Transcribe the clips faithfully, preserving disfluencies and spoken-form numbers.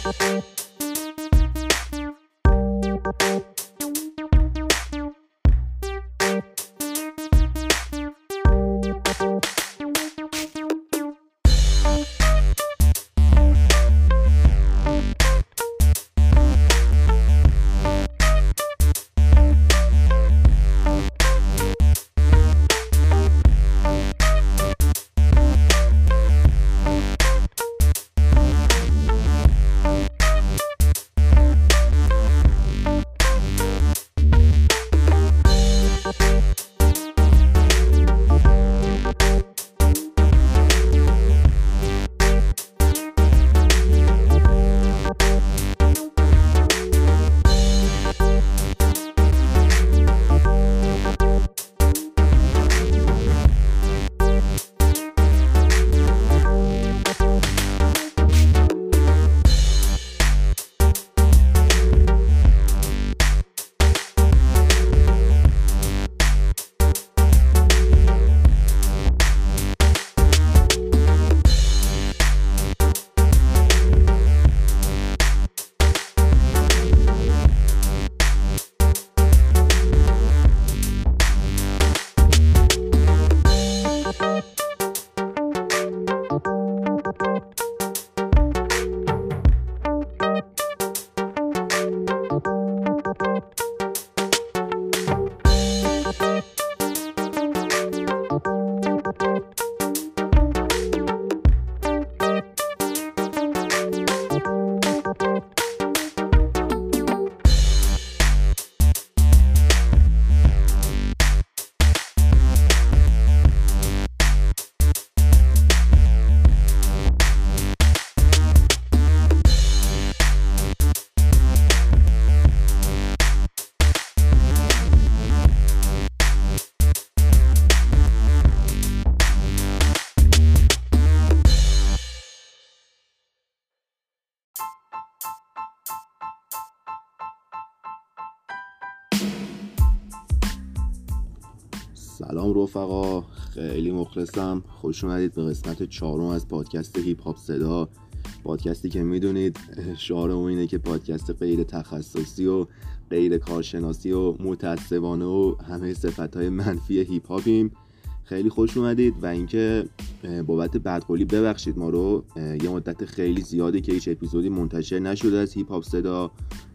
سلام رفقا، خیلی مخلصم. خوش اومدید به قسمت چهارم از پادکست هیپ هاپ صدا. پادکستی که میدونید شعارمون اینه که پادکست غیر تخصصی و غیر کارشناسی و متعصبانه و همه صفتهای منفی هیپ هاپیم. خیلی خوش اومدید و اینکه بابت بدقولی ببخشید ما رو. یه مدت خیلی زیادی که هیچ اپیزودی منتشر نشده از هیپ هاپ صدا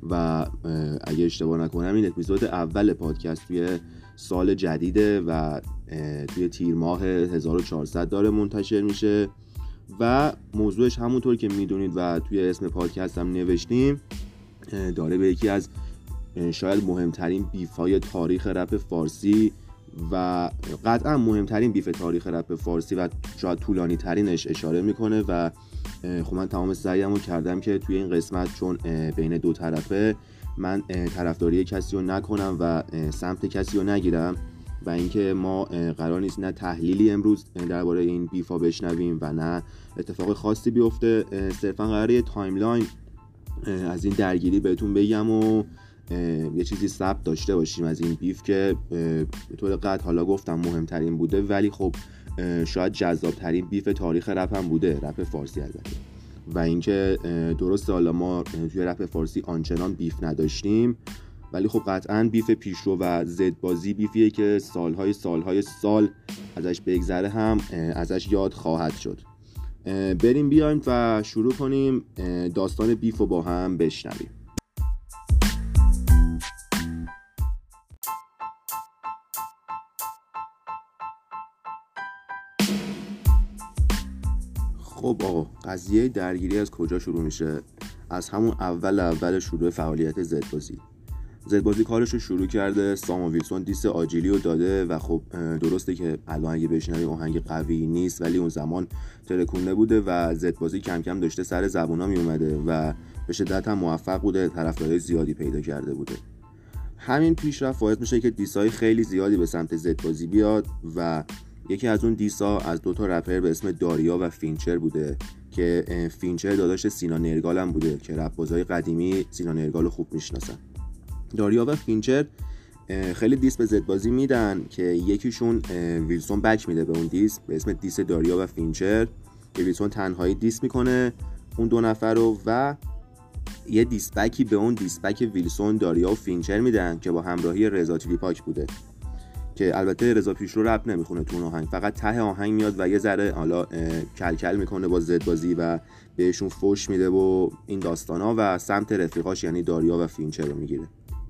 و اگه اشتباه نکنم این اپیزود اول پادکست توی سال جدیده و توی تیر ماه هزار و چهارصد داره منتشر میشه و موضوعش همونطور که میدونید و توی اسم پادکست هم نوشتیم داره به یکی از شاید مهمترین بیف‌های تاریخ رپ فارسی و قطعا مهمترین بیف تاریخ رپ فارسی و شاید طولانی ترینش اشاره میکنه و خب من تمام سعیمو کردم که توی این قسمت چون بین دو طرفه من طرفداری کسی رو نکنم و سمت کسی رو نگیرم و اینکه ما قرار نیست نه تحلیلی امروز درباره این بیفا بشنویم و نه اتفاق خاصی بیفته، صرفا قراره یه تایملاین از این درگیری بهتون بگم و یه چیزی ثبت داشته باشیم از این بیف که به طور قطع حالا گفتم مهمترین بوده ولی خب شاید جذابترین بیف تاریخ رپ هم بوده، رپ فارسی البته. و اینکه درسته حالا ما توی رپ فارسی آنچنان بیف نداشتیم ولی خب قطعاً بیف پیشرو و زد بازی بیفیه که سالهای سالهای سال ازش بگذره هم ازش یاد خواهد شد. بریم بیایم و شروع کنیم داستان بیف رو با هم بشنویم. خب آقا، قضیه درگیری از کجا شروع میشه؟ از همون اول اول شروع فعالیت زد بازی. زد بازی کارش رو شروع کرده، سامان ویلسون دیس آجیلی رو داده و خب درسته که الان اگه بشنویم آهنگ قوی نیست ولی اون زمان ترکونه بوده و زد بازی کم کم داشته سر زبونا می اومده و به شدت هم موفق بوده، طرفدارای زیادی پیدا کرده بوده. همین پیشرفت باعث میشه که دیسای خیلی زیادی به سمت زد بازی بیاد و یکی از اون دیسا از دو تا رپر به اسم داریا و فینچر بوده که فینچر داداش سینا نرگال هم بوده که رپ بازای قدیمی سینا نرگال رو خوب میشناسن. داریا و فینچر خیلی دیس به زد بازی میدن که یکیشون ویلسون بک میده به اون دیس به اسم دیس داریا و فینچر که ویلسون تنهایی دیس میکنه اون دو نفر رو و یه دیسبکی به اون دیسبک ویلسون، داریا و فینچر میدن که با همراهی رضا تریپاک بوده، که البته رضا پیشرو رپ نمیخونه تو اون آهنگ، فقط ته آهنگ میاد و یه ذره حالا کلکل میکنه با زد بازی و بهشون فوش میده و این داستانا و سمت رفیقاش یعنی داریا و فینچر رو میگیره.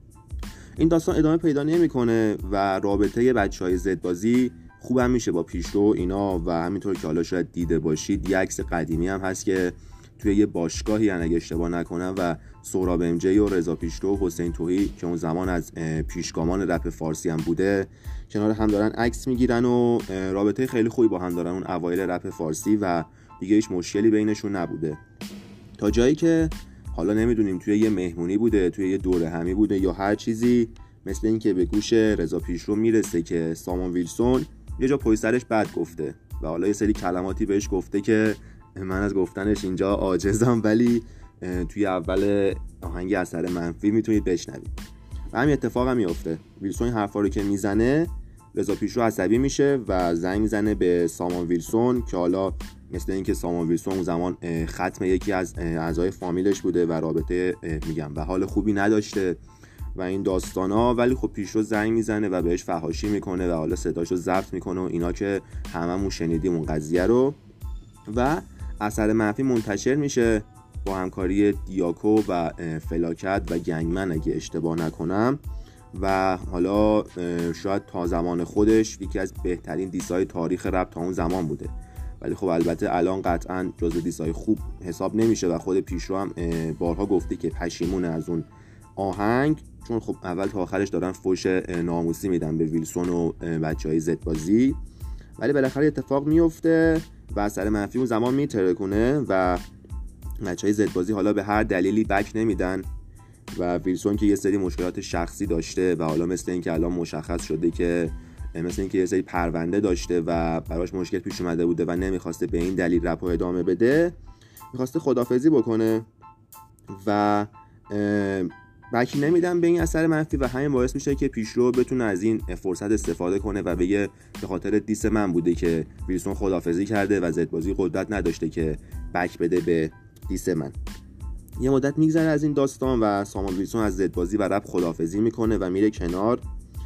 این داستان ادامه پیدا نمیکنه و رابطه بچهای زد بازی خوبم میشه با پیشرو اینا و همینطور که حالا شاید دیده باشید یه عکس قدیمی هم هست که توی یه باشگاهی اگه اشتباه نکنم و سهراب ام جی و رضا پیشرو و حسین تویی که اون زمان از پیشگامان رپ فارسی هم بوده کنار هم دارن عکس میگیرن و رابطه خیلی خوبی با هم دارن اون اوایل رپ فارسی و دیگه هیچ مشکلی بینشون نبوده، تا جایی که حالا نمیدونیم توی یه مهمونی بوده، توی یه دوره همی بوده یا هر چیزی، مثل این که به گوش رضا پیشرو میرسه که سامان ویلسون یه جا پشت سرش بد گفته و حالا یه سری کلماتی بهش گفته که من از گفتنش اینجا عاجزم، ولی توی اول آهنگ اثر منفی میتونید بشنوید و همین اتفاق هم میفته. ویلسون این حرفا رو که میزنه رضا پیشرو عصبی میشه و زنگ میزنه به سامان ویلسون که حالا مثل این که سامان ویلسون اون زمان ختم یکی از اعضای فامیلش بوده و رابطه میگم و حال خوبی نداشته و این داستانا، ولی خب پیشرو زنگ میزنه و بهش فحاشی میکنه و حالا صداشو ضبط میکنه و اینا که هممون شنیدیم اون قضیه رو و اثر منفی منتشر میشه با همکاری دیاکو و فلاکت و گنگمن اگه اشتباه نکنم و حالا شاید تا زمان خودش یکی از بهترین دیسای تاریخ رپ تا اون زمان بوده، ولی خب البته الان قطعا جزو دیسای خوب حساب نمیشه و خود پیشرو هم بارها گفته که پشیمونه از اون آهنگ، چون خب اول تا آخرش دارن فوش ناموسی میدن به ویلسون و بچهای زد بازی، ولی بالاخره اتفاق میفته و اثر منفی اون زمان میترکونه و بچهای زد بازی حالا به هر دلیلی بک نمیدن و ویلسون که یه سری مشکلات شخصی داشته و حالا مثل این که الان مشخص شده که مثل این که یه سری پرونده داشته و براش مشکل پیش اومده بوده و نمیخواسته به این دلیل رپ رو ادامه بده، میخواسته خدافظی بکنه و بکی نمیدن به این اثر منفی و همین باعث میشه که پیشرو بتونه از این فرصت استفاده کنه و بگه به خاطر دیس من بوده که ویلسون خدافظی کرده و زد بازی قدرت نداشته که بک بده به دیس من. یه مدت میگذره از این داستان و سامان ویلسون از زد بازی و رپ خدافظی میکنه و میره کنار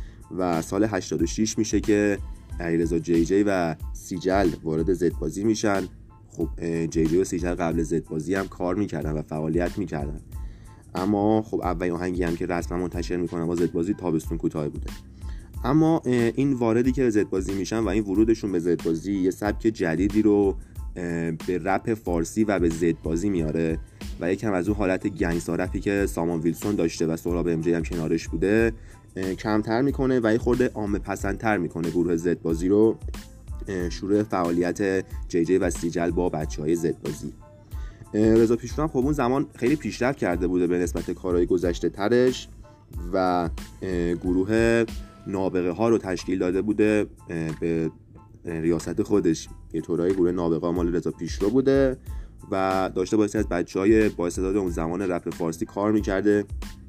و سال هشتاد و شش میشه که علیرضا جی جی و سیجل وارد زد بازی میشن. خب جی جی و سیجل قبل زد بازی هم کار میکردن و فعالیت میکردن، اما خب اولین آهنگی هم که رسما منتشر میکنن با زد بازی تابستون کوتاه بوده. اما این واردی که به زد بازی میشن و این ورودشون به زد بازی یه سبک جدیدی رو به رپ فارسی و به زد بازی میاره و یکم از اون حالت گنگستر رپی که سامان ویلسون داشته و سهراب ام جی هم کنارش بوده کمتر میکنه و یه خورده عامه پسندتر میکنه گروه زد بازی رو. شروع فعالیت جی جی و سیجل با بچهای زد بازی. رضا پیشرو هم خب اون زمان خیلی پیشرفت کرده بوده به نسبت کارهای گذشته ترش و گروه نابغه ها رو تشکیل داده بوده به ریاست خودش. یه طورایی گروه نابغه ها مال رضا پیشرو بوده و داشته بایستی از بچهای با استعداد اون زمان رپ فارسی کار میکرده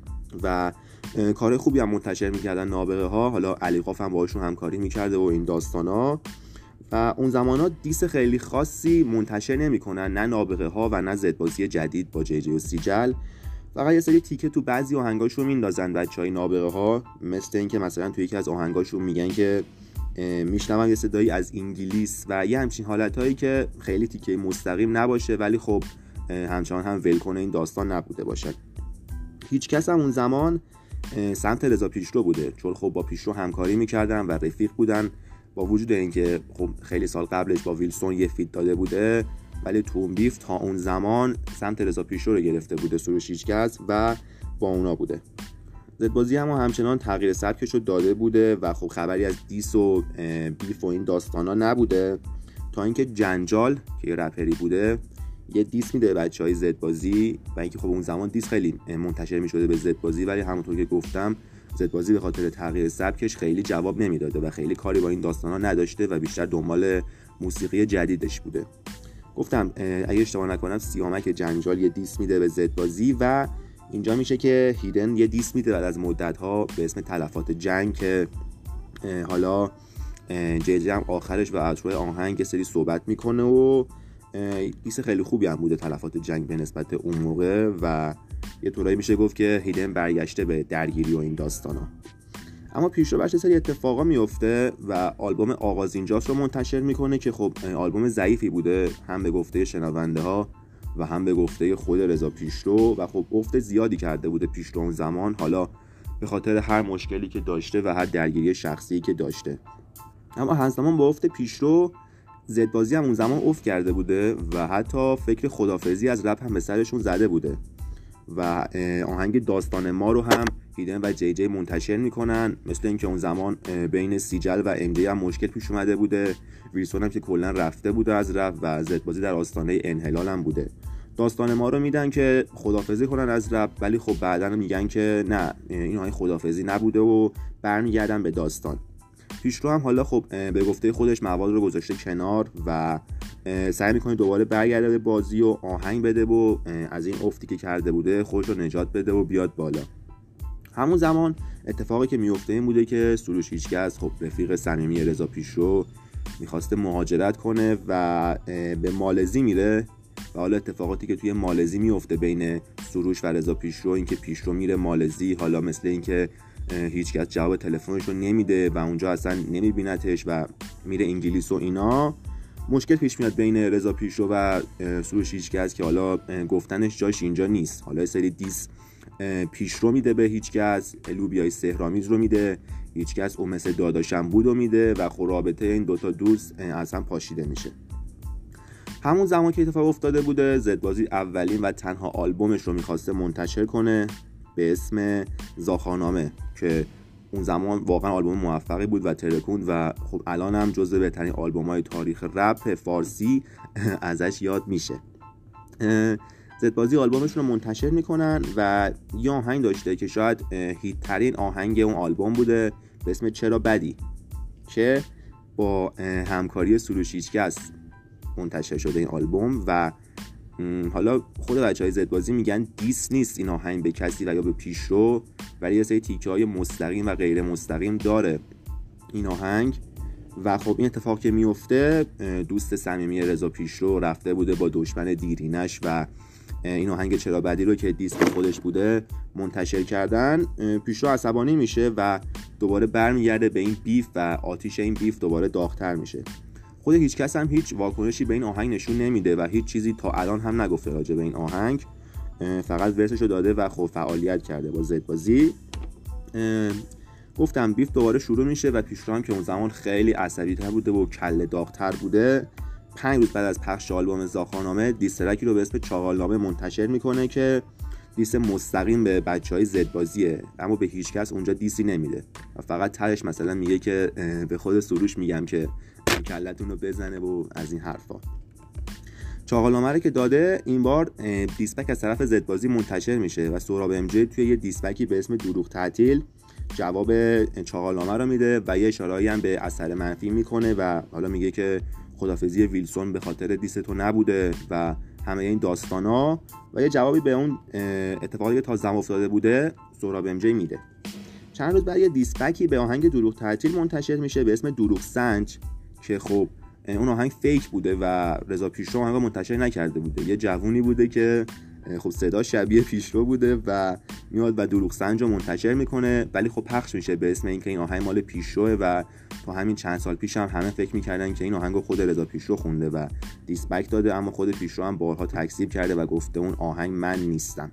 و کار خوبی هم منتشر میکردن نابغه ها. حالا علی قاف هم باهاشون همکاری میکرده و این داستانا و اون زمانا دیس خیلی خاصی منتشر نمیکنن، نه نابغه ها و نه زد بازی جدید با جی جی و سیجل. فقط یه سری تیکه تو بعضی آهنگاشون میندازن بچهای نابغه ها، مثل اینکه مثلا تو یکی از آهنگاشون میگن که میشنوم یه صدایی از انگلیس و یه همچین حالتایی که خیلی تیکه مستقیم نباشه ولی خب همچنان هم ولکن این داستان نبوده باشد. هیچ کس هم اون زمان سمت رضا پیشرو بوده، چون خب با پیشرو همکاری میکردن و رفیق بودن، با وجود اینکه خب خیلی سال قبلش با ویلسون یه فیت داده بوده ولی توم بیف تا اون زمان سمت رضا پیشرو رو گرفته بوده سروش هیچ کس و با اونا بوده. زد بازی هم همچنان تغییر سبکش رو داده بوده و خب خبری از دیس و بیف و این داستانا نبوده تا اینکه جنجال که یه رپری بوده یه دیس میده بچهای زد بازی و اینکه خب اون زمان دیس خیلی منتشر میشده به زد بازی ولی همونطور که گفتم زد بازی به خاطر تغییر سبکش خیلی جواب نمیداده و خیلی کاری با این داستانا نداشته و بیشتر دنبال موسیقی جدیدش بوده. گفتم اگه اشتباه نکنم سیامک جنجال یه دیس میده به زد بازی و اینجا میشه که هیدن یه دیس میده بعد از مدت‌ها به اسم تلفات جنگ که حالا جی جی هم آخرش و اجرای آهنگ سری صحبت میکنه و دیس خیلی خوبی هم بوده تلفات جنگ به نسبت اون موقع و یه طورایی میشه گفت که هیدن برگشته به درگیری و این داستانا. اما پیشرو بچه سری اتفاقا میفته و آلبوم آغاز اینجاست رو منتشر میکنه که خب آلبوم ضعیفی بوده، هم به گفته شنونده ها و هم به گفته خود رضا پیشرو، و خب افت زیادی کرده بوده پیشرو اون زمان، حالا به خاطر هر مشکلی که داشته و هر درگیری شخصی که داشته. اما همزمان با افت پیشرو، زدبازی هم اون زمان افت کرده بوده و حتی فکر خدافظی از رپ هم به سرشون زده بوده و آهنگ داستان ما رو هم هیدن و جی جی منتشر میکنن. مثل اینکه اون زمان بین سیجل و ام جی هم مشکل پیش اومده بوده، ویلسون هم که کلا رفته بوده از رپ و زدبازی در آستانه انحلال هم بوده. داستان ما رو میدن که خدافظی کنن از رپ، ولی خب بعداً میگن که نه، این آهنگ خدافظی نبوده و برمیگردن به داستان. پیشرو هم حالا خب به گفته خودش مواد رو گذاشته کنار و سعی میکنه دوباره برگرده به بازی و آهنگ بده و از این افتی که کرده بوده خودش رو نجات بده و بیاد بالا. همون زمان اتفاقی که میفته این بوده که سروش هیچکس، خب رفیق صمیمی رضا پیشرو، میخواسته مهاجرت کنه و به مالزی میره و حالا اتفاقاتی که توی مالزی میفته بین سروش و رضا پیشرو، اینکه پیشرو میره مالزی، حالا مثل اینکه هیچ کس جواب تلفنش رو نمیده و اونجا اصلا نمیبینتش و میره انگلیس و اینا، مشکل پیش میاد بین رضا پیشرو و سروش هیچکس که حالا گفتنش جاش اینجا نیست. حالا یه سری دیس پیشرو میده به هیچکس، لوبیای سحرآمیز رو میده، هیچکس اون مثل داداشم بود رو میده و خب رابطه این دوتا دوست از هم پاشیده میشه. همون زمان که اتفاق افتاده بوده، زدبازی اولین و تنها آلبومش رو میخواسته منتشر کنه به اسم زاخارنامه که اون زمان واقعا آلبوم موفقی بود و ترکوند و خب الان هم جزو بهترین آلبوم‌های تاریخ رپ فارسی ازش یاد میشه. زدبازی آلبومشون رو منتشر میکنن و یه آهنگ داشته که شاید هیت ترین آهنگ اون آلبوم بوده به اسم چرا بدی که با همکاری سروش هیچکس منتشر شده این آلبوم و حالا خود بچهای زدبازی میگن دیس نیست این آهنگ به کسی و یا به پیشرو، ولی یه سری تیکه‌های مستقیم و غیر مستقیم داره این آهنگ. و خب این اتفاق که میفته، دوست صمیمی رضا پیشرو رفته بوده با دشمن دیرینش و این آهنگ چرا بدی رو که دیس خودش بوده منتشر کردن. پیشرو عصبانی میشه و دوباره برمیگرده به این بیف و آتیش این بیف دوباره داغ‌تر میشه. خود هیچ کس هم هیچ واکنشی به این آهنگ نشون نمیده و هیچ چیزی تا الان هم نگفته راجع به این آهنگ، فقط ورسشو داده و خب فعالیت کرده با زدبازی. گفتم بیف دوباره شروع میشه و پیشرو هم که اون زمان خیلی عصبی تر بوده و کله داغ‌تر بوده، پنج روز بعد از پخش آلبوم زاخارنامه دیسترکی رو به اسم چاغالنامه منتشر میکنه که دیس مستقیم به بچهای زدبازیه، اما به هیچ کس اونجا دیسی نمیده و فقط ترش مثلا میگه که به خود سروش میگم که کلتون رو بزنه و از این حرفا. چاغالنامه رو که داده، این بار دیسپک از طرف زدبازی منتشر میشه و سهراب ام جی توی یه دیسپکی به اسم دروغ تعطیل جواب چاغالنامه رو میده و یه اشاره‌ای هم به اثر منفی میکنه و حالا میگه که خدافظی ویلسون به خاطر دیس تو نبوده و همه این داستانا، و یه جوابی به اون اتفاقی که تا زمان افتاده بوده سهراب ام جی میده. چند روز بعد یه دیسپکی به آهنگ دروغ تعطیل منتشر میشه به اسم دروغ سنج که خب اون آهنگ فیک بوده و رضا پیشرو آهنگ منتشر نکرده بوده. یه جوونی بوده که خب صدا شبیه پیشرو بوده و میاد و دروغ سنج رو منتشر میکنه، ولی خب پخش میشه به اسم اینکه این آهنگ مال پیشروه و تا همین چند سال پیش هم همه فکر میکردن که این آهنگ رو خود رضا پیشرو خونده و دیسپک داده، اما خود پیشرو هم بارها تکذیب کرده و گفته اون آهنگ من نیستم.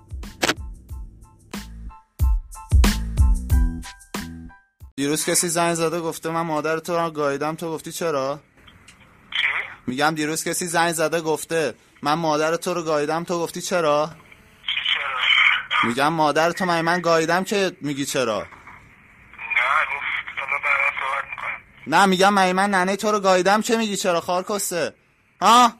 دیروز کسی زنگ زده گفته من مادر تو رو گاییدم، تو گفتی چرا؟ میگم دیروز کسی زنگ زده گفته من مادر تو رو گاییدم، تو گفتی چرا؟ چرا؟ میگم مادر تو من من گاییدم که میگی چرا؟ نه گفت حالا بعدا صحبت میکنم. نه میگم من من ننه تو رو گاییدم چه میگی چرا خار کسته؟ ها؟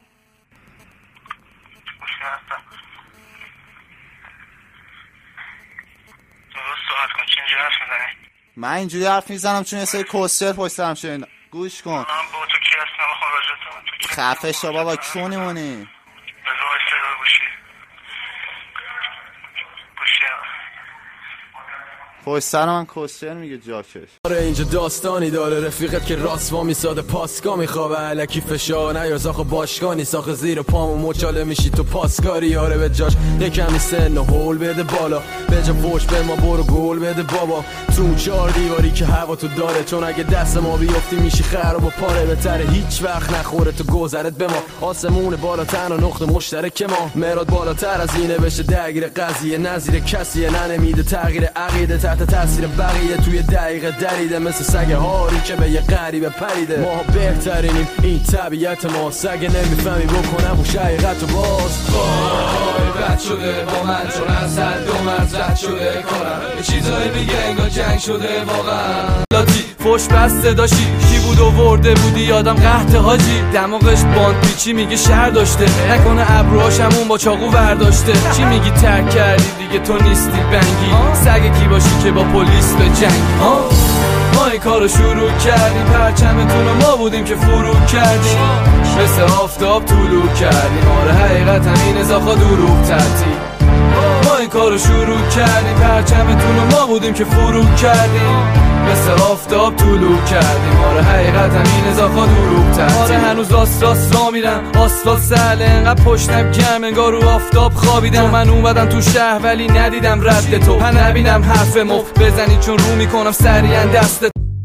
درست صحبت کن، چه اینجوری حرف میزنی؟ من اینجوری حرف میزنم چون یه سری کوستر پشتم شده. گوش کن. من با تو کی هستم خارجتم؟ خفه شو بابا، کونی مونی. بذار استعداد گوشی گوشی خوش سر من کوشر میگه جاکش. آره اینجا داستانی داره، رفیقت که راست وا میساده پاسگاه میخوابه، الکی فشار نیار زاخ باشگاه نیست، آخه زیر پامو مچاله میشی تو پاسکاری. آره به جاش یکمی سن و هول بده بالا، به جا فوش به ما برو گل بده بابا، تو چهار دیواری که هوا تو داره، چون اگه دست ما بیفتی میشی خراب و پاره، بهتره هیچ وقت نخوره تو گذرت به ما، آسمون بالاتر و نقطه مشترک ما، مراد بالاتر از اینه بشه درگیر قضیه، نظیر کسیه ننمیده تغییر عقیده، تحت تاثیر بقیه توی دقیقه دریده، مثل سگ هاری که به یه غریبه پریده. ما بهترینیم این طبیعت ما، سگ نمیفهمی بکنم و شقیقت و باز وای بد شده با من، چون از حد و مرز رد شده کارم، یه چیزایی میگه انگار جنگ شده واقعا. لاتی فوش بسته داشتی کی بود و ورده بودی یادم قحط حاجی، دماغش باند پیچی میگه شهر داشته، نکنه ابروهاش همون با چاقو ورداشته. چی میگی ترک کردی دیگه تو نیستی بنگی، سگ کی باشی که با پلیس به جنگ. ها ما این کارو شروع کردیم، پرچمتون ما بودیم که فرو کردیم، مثل آفتاب طلوع کردیم. آره حقیقت همین زاخا دروغ ترتی، ما این کارو شروع کردیم، پرچمتون ما بودیم که فرو کردیم، مثل آفتاب طلوع کردیم. آره حقیقت همین زاخا دروغ ترتی. آره هنوز راست راست را میرم، آسفالت سهله انقدر پشتم گرم انگار رو آفتاب خوابیدم. من اومدم تو شهر ولی ندیدم رد تو، من نبینم حرف مفت بزنی چون رو میکنم سریعا دست.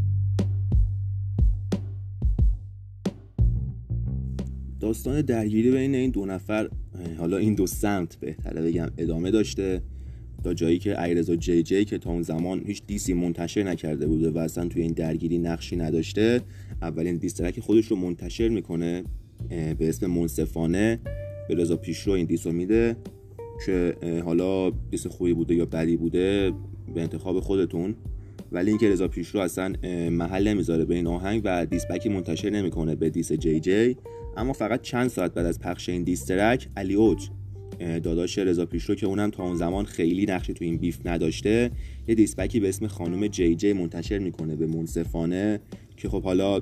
داستان درگیری بین این دو نفر، حالا این دو سمت بهتره بگم، ادامه داشته تا جایی که علیرضا جی جی که تا اون زمان هیچ دیسی منتشر نکرده بوده و اصلا توی این درگیری نقشی نداشته، اولین دیس ترک خودش رو منتشر میکنه به اسم منصفانه، به رضا پیشرو این دیس رو میده که حالا دیس خوبی بوده یا بدی بوده به انتخاب خودتون، ولی اینکه رضا پیشرو اصلا محل نمیذاره به این آهنگ و دیس بکی منتشر نمیکنه به دیس جی جی. اما فقط چند ساعت بعد از پخش این دیس ترک، علی اوج داداش رضا پیشرو که اونم تا اون زمان خیلی نقشی تو این بیف نداشته، یه دیس بکی به اسم خانم جی جی منتشر میکنه به منصفانه، که خب حالا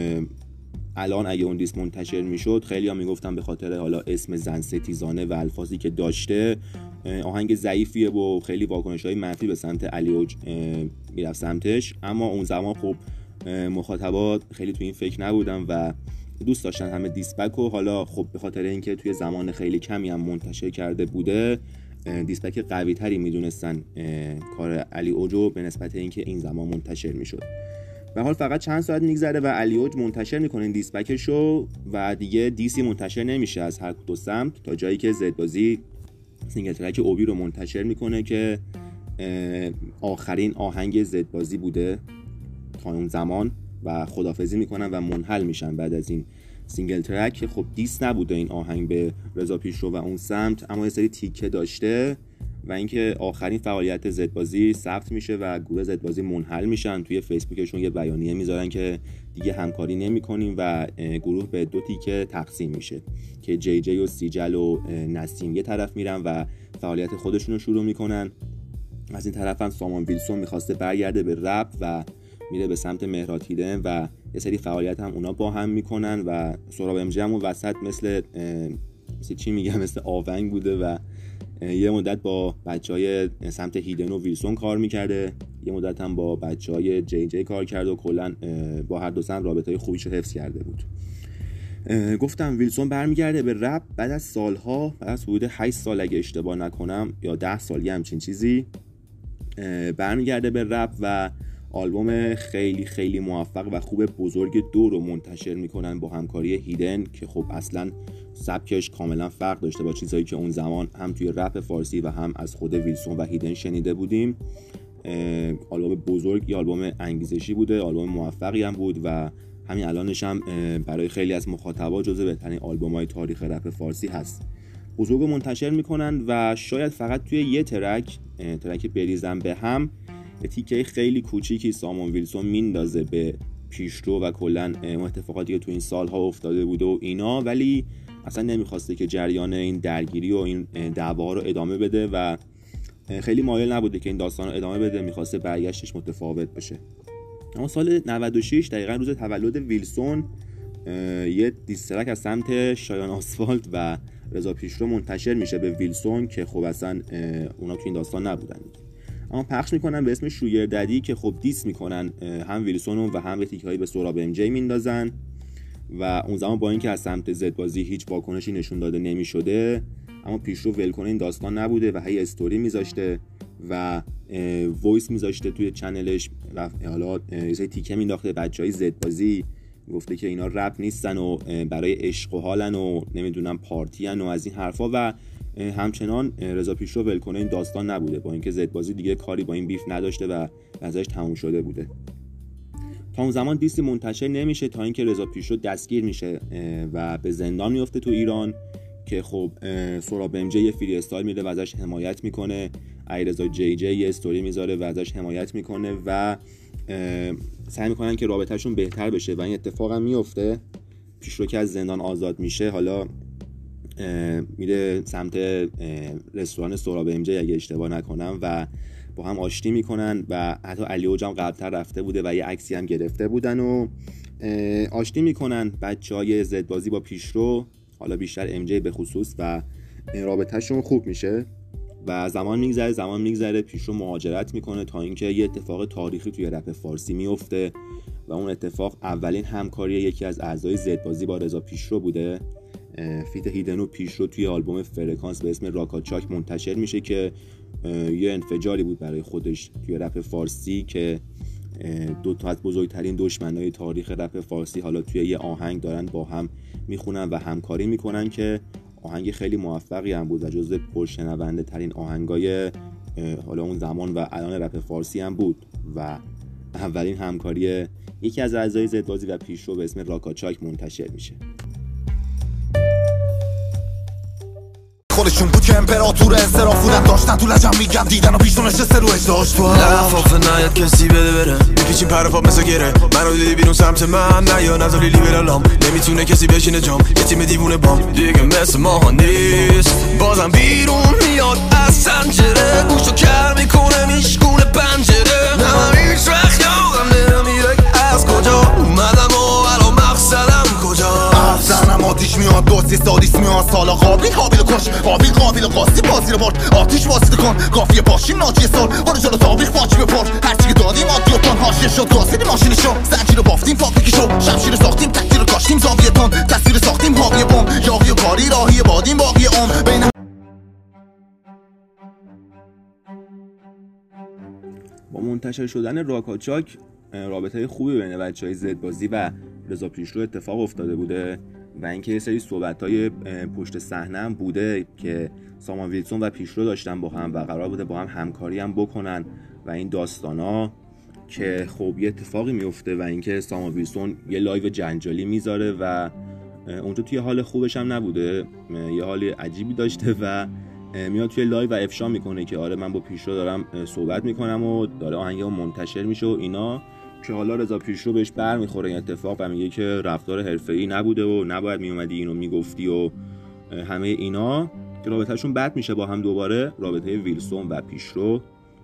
الان اگه اون دیس منتشر میشد خیلی ها میگفتن به خاطر حالا اسم زن ستیزانه و الفاظی که داشته آهنگ ضعیفیه و خیلی واکنش‌های منفی به سمت علی اوج میرفت سمتش. اما اون زمان خب مخاطبات خیلی تو این فکر نبودن و دوست داشتن همه دیسپک و حالا خب به خاطر اینکه توی زمان خیلی کمی هم منتشر کرده بوده دیسپک قوی تری میدونستن کار علی اوجو به نسبت اینکه این زمان منتشر میشد. به حال فقط چند ساعت میگذره و علی اوج منتشر میکنه این دیسپکشو و دیگه دیسی منتشر نمیشه از هر دو سمت، تا جایی که زدبازی سینگل ترک اوبی رو منتشر میکنه که آخرین آهنگ زدبازی بوده تا اون زمان و خدافظی میکنن و منحل میشن بعد از این سینگل ترک که خب دیس نبوده این آهنگ به رضا پیشرو و اون سمت، اما یه سری تیکه داشته و اینکه آخرین فعالیت زدبازی ثبت میشه و گروه زدبازی منحل میشن. توی فیسبوکشون یه بیانیه میذارن که دیگه همکاری نمیکنیم و گروه به دو تیکه تقسیم میشه که جی جی و سیجل و نسیم یه طرف میرن و فعالیت خودشون رو شروع میکنن. از این طرف هم سامان ویلسون میخواسته برگرده به رپ و میره به سمت مهراد هیدن و یه سری فعالیت هم اونا با هم میکنن و سهراب ام جی هم وسط مثل مثل چی میگم مثل آونگ بوده و یه مدت با بچهای سمت هیدن و ویلسون کار میکرده، یه مدت هم با بچهای جی جی کار کرده و کلا با هر دو سمت رابطهای خوبیشو حفظ کرده بود. گفتم ویلسون برمیگرده به رپ بعد از سالها، بعد از حدود هشت سال اگه اشتباه نکنم یا ده سال یه همچین چیزی، برمیگرده به رپ و آلبوم خیلی خیلی موفق و خوب بزرگ دو رو منتشر میکنن با همکاری هیدن که خب اصلا سبکش کاملا فرق داشته با چیزایی که اون زمان هم توی رپ فارسی و هم از خود ویلسون و هیدن شنیده بودیم. آلبوم بزرگ، یه آلبوم انگیزشی بوده، آلبوم موفقی هم بود و همین الانش هم برای خیلی از مخاطبا جزو بهترین آلبوم‌های تاریخ رپ فارسی هست. بزرگ منتشر میکنن و شاید فقط توی یه ترک ترک بریزم به هم یه تیکه خیلی کوچیکی سامان ویلسون میندازه به پیشرو و کلا اتفاقاتی که تو این سالها افتاده بوده و اینا، ولی اصلا نمیخواسته که جریان این درگیری و این دعوا رو ادامه بده و خیلی مایل نبوده که این داستان رو ادامه بده، میخواسته برگشتش متفاوت بشه. اما سال نود و شش دقیقاً روز تولد ویلسون یه دیسترک از سمت شایان آسفالت و رضا پیشرو منتشر میشه به ویلسون که خب اصلا اونا تو این داستان نبودن. اما پخش میکنن به اسم شوگر ددی که خب دیس میکنن هم ویلسون و هم به تیکه‌هایی به سهراب ام جی میندازن و اون زمان با اینکه از سمت زد بازی هیچ واکنشی نشون داده نمیشده، اما پیشرو ولکنه این داستان نبوده و هی استوری میذاشته و وایس میذاشته توی چنلش و حالا یه تیکه مینداخته بچهای زد بازی، گفته که اینا رپ نیستن و برای عشق و حالن و نمیدونم پارتی ان و از این حرفا و همچنان رضا پیشرو ولکنه این داستان نبوده، با اینکه زد بازی دیگه کاری با این بیف نداشته و ازش تموم شده بوده. تا اون زمان دیستی منتشر نمیشه تا اینکه رضا پیشرو دستگیر میشه و به زندان میفته تو ایران که خب سهراب ام جی یه فری استایل میده و ازش حمایت میکنه، علیرضا جی جی یه استوری میذاره و ازش حمایت میکنه و سعی میکنن که رابطهشون بهتر بشه و این اتفاق هم میفته. پیشرو که از زندان آزاد میشه حالا میره سمت رستوران سهراب ام جی اگه اشتباه نکنم و با هم آشتی میکنن و حتی علی اوج هم قبلتر رفته بوده و یه عکسی هم گرفته بودن و آشتی میکنن بچهای زد بازی با پیشرو، حالا بیشتر ام جی به خصوص، و رابطهشون خوب میشه و زمان میگذره زمان میگذره پیشرو مهاجرت میکنه تا اینکه یه اتفاق تاریخی توی رپ فارسی میفته و اون اتفاق اولین همکاری یکی از اعضای زد بازی با رضا پیشرو بوده. فیت هیدن و پیشرو توی آلبوم فرکانس به اسم راکاچاک منتشر میشه که یه انفجاری بود برای خودش توی رپ فارسی که دو تا از بزرگترین دشمنای تاریخ رپ فارسی حالا توی یه آهنگ دارن با هم میخونن و همکاری میکنن که آهنگ خیلی موفقی هم بود و جزو پرشنونده ترین آهنگای حالا اون زمان و الان رپ فارسی هم بود و اولین همکاری یکی از اعضای زد بازی و پیشرو به اسم راکاچاک منتشر میشه. خودشون بود که امپراتور انصراف بودن داشتن تو لجم میگم دیدن و پیشتون نشسته رو اجداش تو لفافه نهید کسی بده بره میپیچیم پر پا مثل گره منو دیدی بیرون سمت من نه یا نظری لیبرالام نمیتونه کسی بشینه جام یه تیم دیوونه بام دیگه مثل ماها نیست بازم بیرون میاد از سنجره گوشو کر میکنه میشکونه پنجره نه من هیچ وقت یادم نمیره از کجا اومدم و الان مقصدم کجا افزنم آتیش میاد دوستی سادیس میاد سالا قابلی حابیل کش قابل قابل قاسی بازی رو برد آتیش واسید کن کافیه باشیم ناجی سال برو جلو تابیخ باچی بپر هرچی که دادیم آدی و تان هاشیه شد گاسیدی ماشینشو زنجیر رو بافتیم فابریکی شو شمشیر ساختیم تکتیر رو کاشتیم زاویه تون تصویر ساختیم حاویه بوم یاقی و کاری راهی بادیم باقی عمر بین با منتشر شدن راکاچاک رابطه خوبی بین بچهای زد بازی و رضا پیشرو اتفاق افتاده بوده و اینکه یه سری صحبت‌های پشت صحنه هم بوده که سامان ویلسون و پیشرو داشتن با هم و قرار بوده با هم همکاری هم بکنن و این داستانا که خب یه اتفاقی میفته و اینکه سامان ویلسون یه لایو جنجالی میذاره و اونجا توی حال خوبش هم نبوده، یه حال عجیبی داشته و میاد توی لایو و افشا میکنه که آره من با پیشرو دارم صحبت میکنم و داره آهنگم منتشر میشه و اینا، که حالا رضا پیشرو بهش بر میخوره این اتفاق و میگه که رفتار حرفه‌ای نبوده و نباید میومدی اینو میگفتی و همه اینا، که رابطهشون بد میشه با هم دوباره، رابطه ویلسون و پیشرو،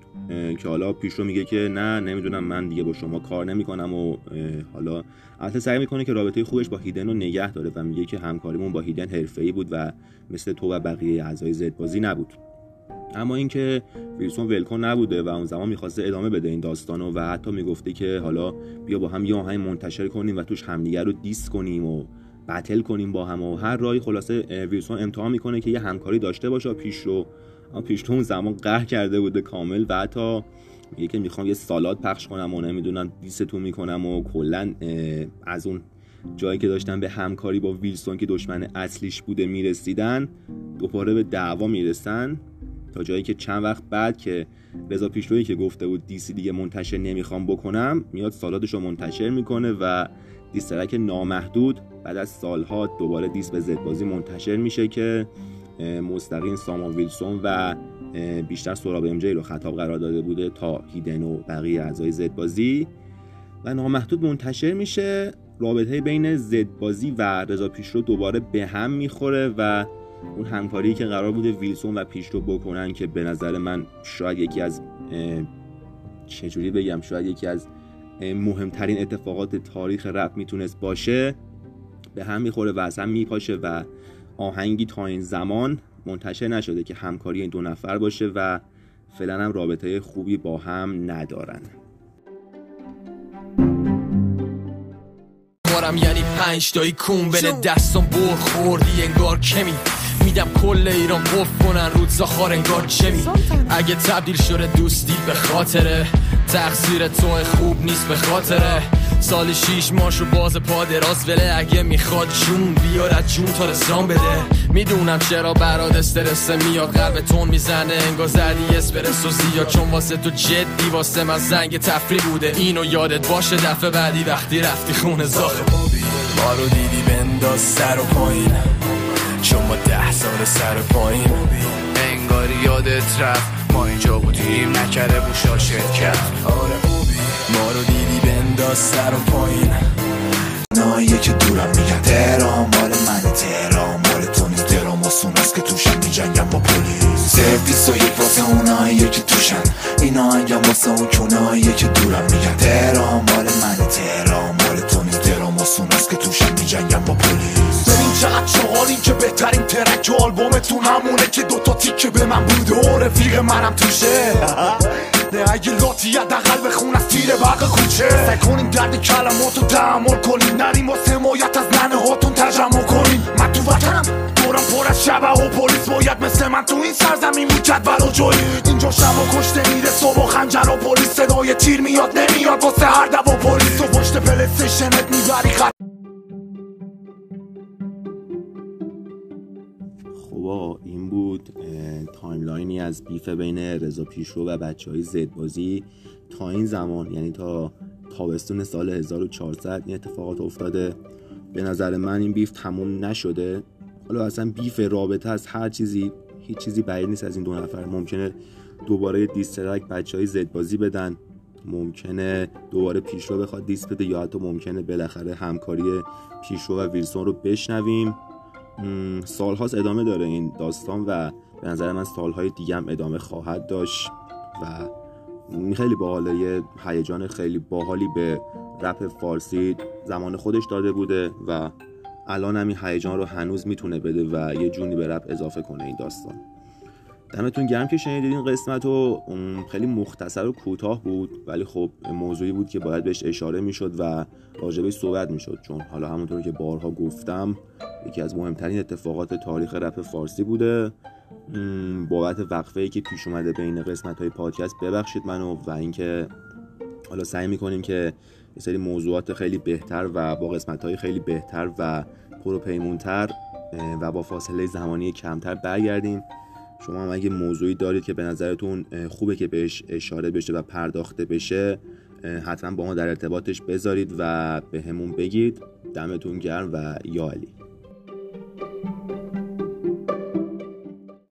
که حالا پیشرو میگه که نه نمیدونم من دیگه با شما کار نمیکنم و حالا البته سعی میکنه که رابطه خوبش با هیدن رو نگه داره و میگه که همکاریمون با هیدن حرفه‌ای بود و مثل تو و بقیه اعضای زد بازی نبود. اما اینکه ویلسون ولکن نبوده و اون زمان می‌خواسته ادامه بده این داستانو و حتی میگفته که حالا بیا با هم یه آهنگ منتشر کنیم و توش همدیگه رو دیس کنیم و بتل کنیم با هم و هر راهی خلاصه ویلسون امتحان میکنه که یه همکاری داشته باشه پیشرو. اما پیشرو اون زمان قهر کرده بوده کامل و حتی میگه که میخوام یه سالاد پخش کنم و نمیدونم دیستون میکنم و کلا از اون جایی که داشتن به همکاری با ویلسون که دشمن اصلیش بوده میرسیدن دوباره به دعوا میرسن، تا جایی که چند وقت بعد که رضا پیشرویی که گفته بود دیسی دیگه منتشر نمیخوام بکنم میاد سالادشو منتشر میکنه و دیسترک نامحدود بعد از سالها دوباره دیس به زد بازی منتشر میشه که مستقیم سامان ویلسون و بیشتر سهراب ام جی رو خطاب قرار داده بوده تا هیدن و بقیه اعضای زد بازی و نامحدود منتشر میشه. رابطه بین زد بازی و رضا پیشرو دوباره به هم میخوره و اون همکاری که قرار بوده ویلسون و پیشرو بکنن که به نظر من شاید یکی از چجوری بگم شاید یکی از مهمترین اتفاقات تاریخ رپ میتونست باشه، به هم میخوره و اصلا میپاشه و آهنگی تا این زمان منتشر نشده که همکاری این دو نفر باشه و فعلا هم رابطه خوبی با هم ندارن. بارم یعنی پنج تایی کومبل دستم بر خوردی انگار کمی میدم کل ایران قف کنن رود زاخار انگار چمی. اگه تبدیل شده دوستی به خاطره تقصیر تو خوب نیست به خاطره سال شیش ماشو باز پا دراز وله اگه میخواد جون بیارد جون تا رسان بده. میدونم چرا برات استرس میاد قلب تون میزنه انگار زدی اسپرسو زیاد چون واسه تو جدی واسه من زنگ تفریح بوده. اینو یادت باشه دفعه بعدی وقتی رفتی خونه زاخه ما رو دیدی بنداز سر و پایین چون ما ده سال سر و پایین انگاری یادت رفت ما اینجا بودیم نکره بوشا شرکت. آره ما رو دیدی بنداز سر و پایین ناییه که دورم میگن تهران مال من تهران مال تو نیست درام آسوناست که توشن میجنگم با پلیس سفیس و یک واسه اوناییه که توشن این آهنگم واسه اون کوناییه که دورم میگن تهران مال من تهران مال تو نیست درام آسوناست که توشن میجنگم با پلیس. ببین چقدر چهاریم که بهترین ترک آلبومتون همونه که دوتا تیکه به من بوده و رفیق منم توشه نه اگه لاتی حداقل بخون از تیر برق کوچه سعی کنیم درد کلماتو تحمل کنیم نریم واسه حمایت از ننه هاتون تجمع کنیم. من تو وطنم دورم پر از شبه و پلیس باید مثل من تو این سرزمین بود جدول و جایی اینجا شب و کشته میره صبح و خنجر و پلیس صدای تیر میاد نمیاد واسه هر دو و پلیس و پشت پلیستیشنت میبری خط. خب این بود تایملاینی از بیف بین رضا پیشرو و بچهای زدبازی تا این زمان، یعنی تا تابستون سال هزار و چهارصد این اتفاقات افتاده. به نظر من این بیف تموم نشده. حالا اصلا بیف رابطه از هر چیزی هیچ چیزی بعید نیست از این دو نفر. ممکنه دوباره دیسترک بچهای زدبازی بدن، ممکنه دوباره پیشرو بخواد دیس بده یا حتی ممکنه بالاخره همکاری پیشرو و ویلسون رو بشنویم. سالهاست ادامه داره این داستان و به نظر من سالهای دیگه هم ادامه خواهد داشت و خیلی باحاله. یه هیجان خیلی باحالی به رپ فارسی زمان خودش داده بوده و الان هم این هیجان رو هنوز میتونه بده و یه جونی به رپ اضافه کنه این داستان. دمتون گرم که شنیدید این قسمت رو. خیلی مختصر و کوتاه بود ولی خب موضوعی بود که باید بهش اشاره میشد و راجبش صحبت میشد، چون حالا همونطور که بارها گفتم یکی از مهمترین اتفاقات تاریخ رپ فارسی بوده. بابت وقفه‌ای که پیش اومده بین قسمت‌های پادکست ببخشید منو و اینکه حالا سعی می‌کنیم که یه سری موضوعات خیلی بهتر و با قسمت‌های خیلی بهتر و پروپیمونتر و با فاصله زمانی کمتر برگردیم. شما هم اگه موضوعی دارید که به نظرتون خوبه که بهش اشاره بشه و پرداخته بشه حتما با ما در ارتباطش بذارید و به همون بگید. دمتون گرم و یا علی.